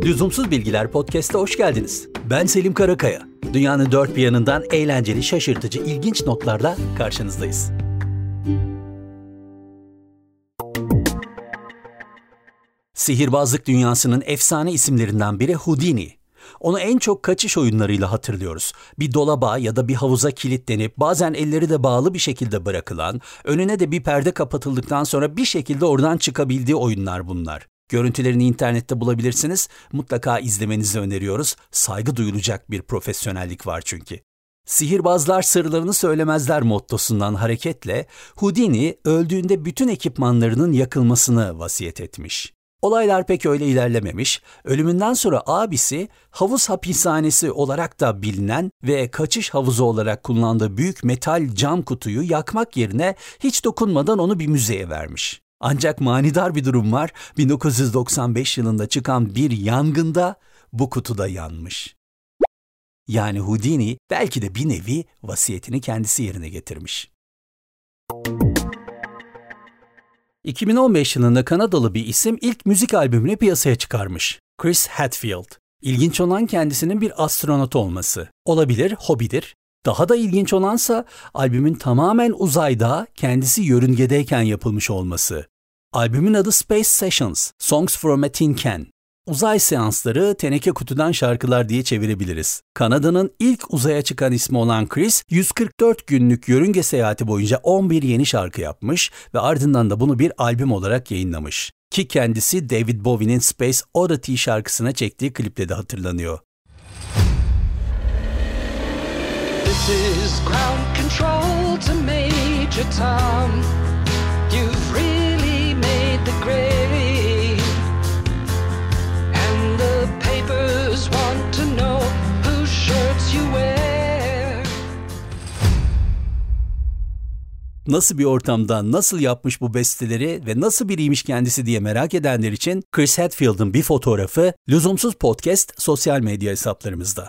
Lüzumsuz Bilgiler Podcast'a hoş geldiniz. Ben Selim Karakaya. Dünyanın dört bir yanından eğlenceli, şaşırtıcı, ilginç notlarla karşınızdayız. Sihirbazlık dünyasının efsane isimlerinden biri Houdini. Onu en çok kaçış oyunlarıyla hatırlıyoruz. Bir dolaba ya da bir havuza kilitlenip bazen elleri de bağlı bir şekilde bırakılan, önüne de bir perde kapatıldıktan sonra bir şekilde oradan çıkabildiği oyunlar bunlar. Görüntülerini internette bulabilirsiniz. Mutlaka izlemenizi öneriyoruz. Saygı duyulacak bir profesyonellik var çünkü. Sihirbazlar sırlarını söylemezler mottosundan hareketle Houdini öldüğünde bütün ekipmanlarının yakılmasını vasiyet etmiş. Olaylar pek öyle ilerlememiş. Ölümünden sonra abisi havuz hapishanesi olarak da bilinen ve kaçış havuzu olarak kullandığı büyük metal cam kutuyu yakmak yerine hiç dokunmadan onu bir müzeye vermiş. Ancak manidar bir durum var. 1995 yılında çıkan bir yangında bu kutu da yanmış. Yani Houdini belki de bir nevi vasiyetini kendisi yerine getirmiş. 2015 yılında Kanadalı bir isim ilk müzik albümünü piyasaya çıkarmış. Chris Hadfield. İlginç olan kendisinin bir astronot olması. Olabilir, hobidir. Daha da ilginç olansa albümün tamamen uzayda, kendisi yörüngedeyken yapılmış olması. Albümün adı Space Sessions, Songs from a Tin Can. Uzay seansları, teneke kutudan şarkılar diye çevirebiliriz. Kanada'nın ilk uzaya çıkan ismi olan Chris, 144 günlük yörünge seyahati boyunca 11 yeni şarkı yapmış ve ardından da bunu bir albüm olarak yayınlamış. Ki kendisi David Bowie'nin Space Oddity şarkısına çektiği kliple de hatırlanıyor. This is ground control to Major Tom. You've really made the grade. And the papers want to know whose shirts you wear. Nasıl bir ortamda, nasıl yapmış bu besteleri ve nasıl biriymiş kendisi diye merak edenler için Chris Hadfield'ın bir fotoğrafı Lüzumsuz Podcast sosyal medya hesaplarımızda.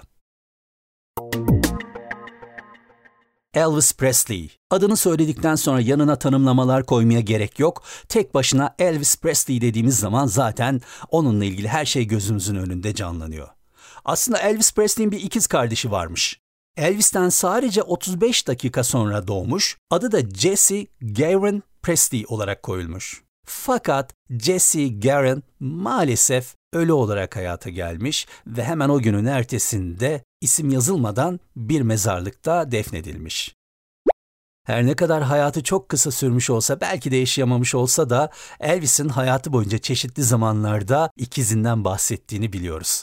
Elvis Presley. Adını söyledikten sonra yanına tanımlamalar koymaya gerek yok. Tek başına Elvis Presley dediğimiz zaman zaten onunla ilgili her şey gözümüzün önünde canlanıyor. Aslında Elvis Presley'in bir ikiz kardeşi varmış. Elvis'ten sadece 35 dakika sonra doğmuş, adı da Jesse Garen Presley olarak koyulmuş. Fakat Jesse Garen maalesef ölü olarak hayata gelmiş ve hemen o günün ertesinde isim yazılmadan bir mezarlıkta defnedilmiş. Her ne kadar hayatı çok kısa sürmüş olsa, belki de yaşayamamış olsa da Elvis'in hayatı boyunca çeşitli zamanlarda ikizinden bahsettiğini biliyoruz.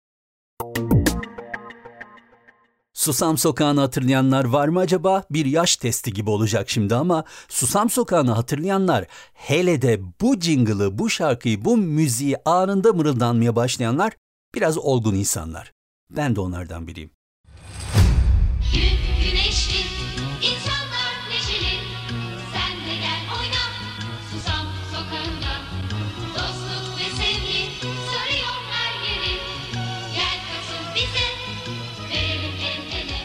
Susam Sokağı'nı hatırlayanlar var mı acaba? Bir yaş testi gibi olacak şimdi ama Susam Sokağı'nı hatırlayanlar, hele de bu jingle'ı, bu şarkıyı, bu müziği anında mırıldanmaya başlayanlar biraz olgun insanlar. Ben de onlardan biriyim. Güneşli, insanlar neşeli, sen de gel oyna, Susam Sokağı'nda. Dostluk ve sevgi sarıyor her yeri, gel katıl bize, verelim el ele.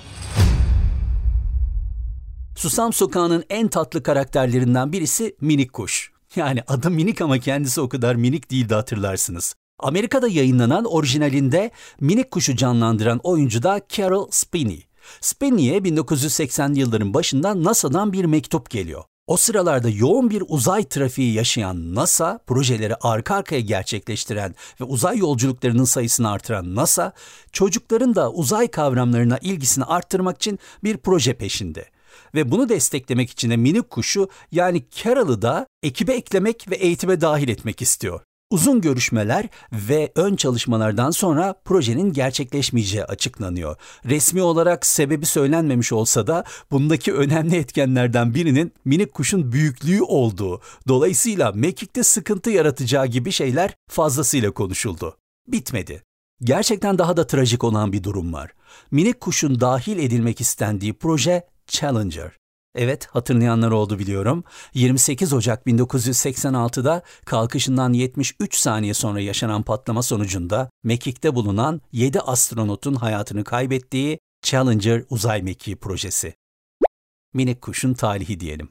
Susam Sokağı'nın en tatlı karakterlerinden birisi Minik Kuş. Yani adı minik ama kendisi o kadar minik değildi, hatırlarsınız. Amerika'da yayınlanan orijinalinde Minik Kuş'u canlandıran oyuncu da Carol Spinney. Spinney'e 1980'li yılların başında NASA'dan bir mektup geliyor. O sıralarda yoğun bir uzay trafiği yaşayan NASA, projeleri arka arkaya gerçekleştiren ve uzay yolculuklarının sayısını artıran NASA, çocukların da uzay kavramlarına ilgisini arttırmak için bir proje peşinde. Ve bunu desteklemek için de Minik Kuş'u, yani Carol'ı da ekibe eklemek ve eğitime dahil etmek istiyor. Uzun görüşmeler ve ön çalışmalardan sonra projenin gerçekleşmeyeceği açıklanıyor. Resmi olarak sebebi söylenmemiş olsa da bundaki önemli etkenlerden birinin Minik Kuş'un büyüklüğü olduğu, dolayısıyla mekikte sıkıntı yaratacağı gibi şeyler fazlasıyla konuşuldu. Bitmedi. Gerçekten daha da trajik olan bir durum var. Minik Kuş'un dahil edilmek istendiği proje Challenger. Evet, hatırlayanlar oldu biliyorum. 28 Ocak 1986'da kalkışından 73 saniye sonra yaşanan patlama sonucunda mekikte bulunan 7 astronotun hayatını kaybettiği Challenger uzay mekiği projesi. Minik Kuş'un talihi diyelim.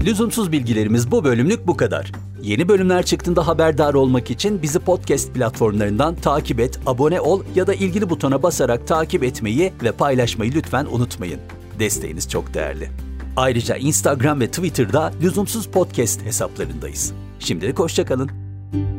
Lüzumsuz bilgilerimiz bu bölümlük bu kadar. Yeni bölümler çıktığında haberdar olmak için bizi podcast platformlarından takip et, abone ol ya da ilgili butona basarak takip etmeyi ve paylaşmayı lütfen unutmayın. Desteğiniz çok değerli. Ayrıca Instagram ve Twitter'da Lüzumsuz Podcast hesaplarındayız. Şimdilik hoşça kalın.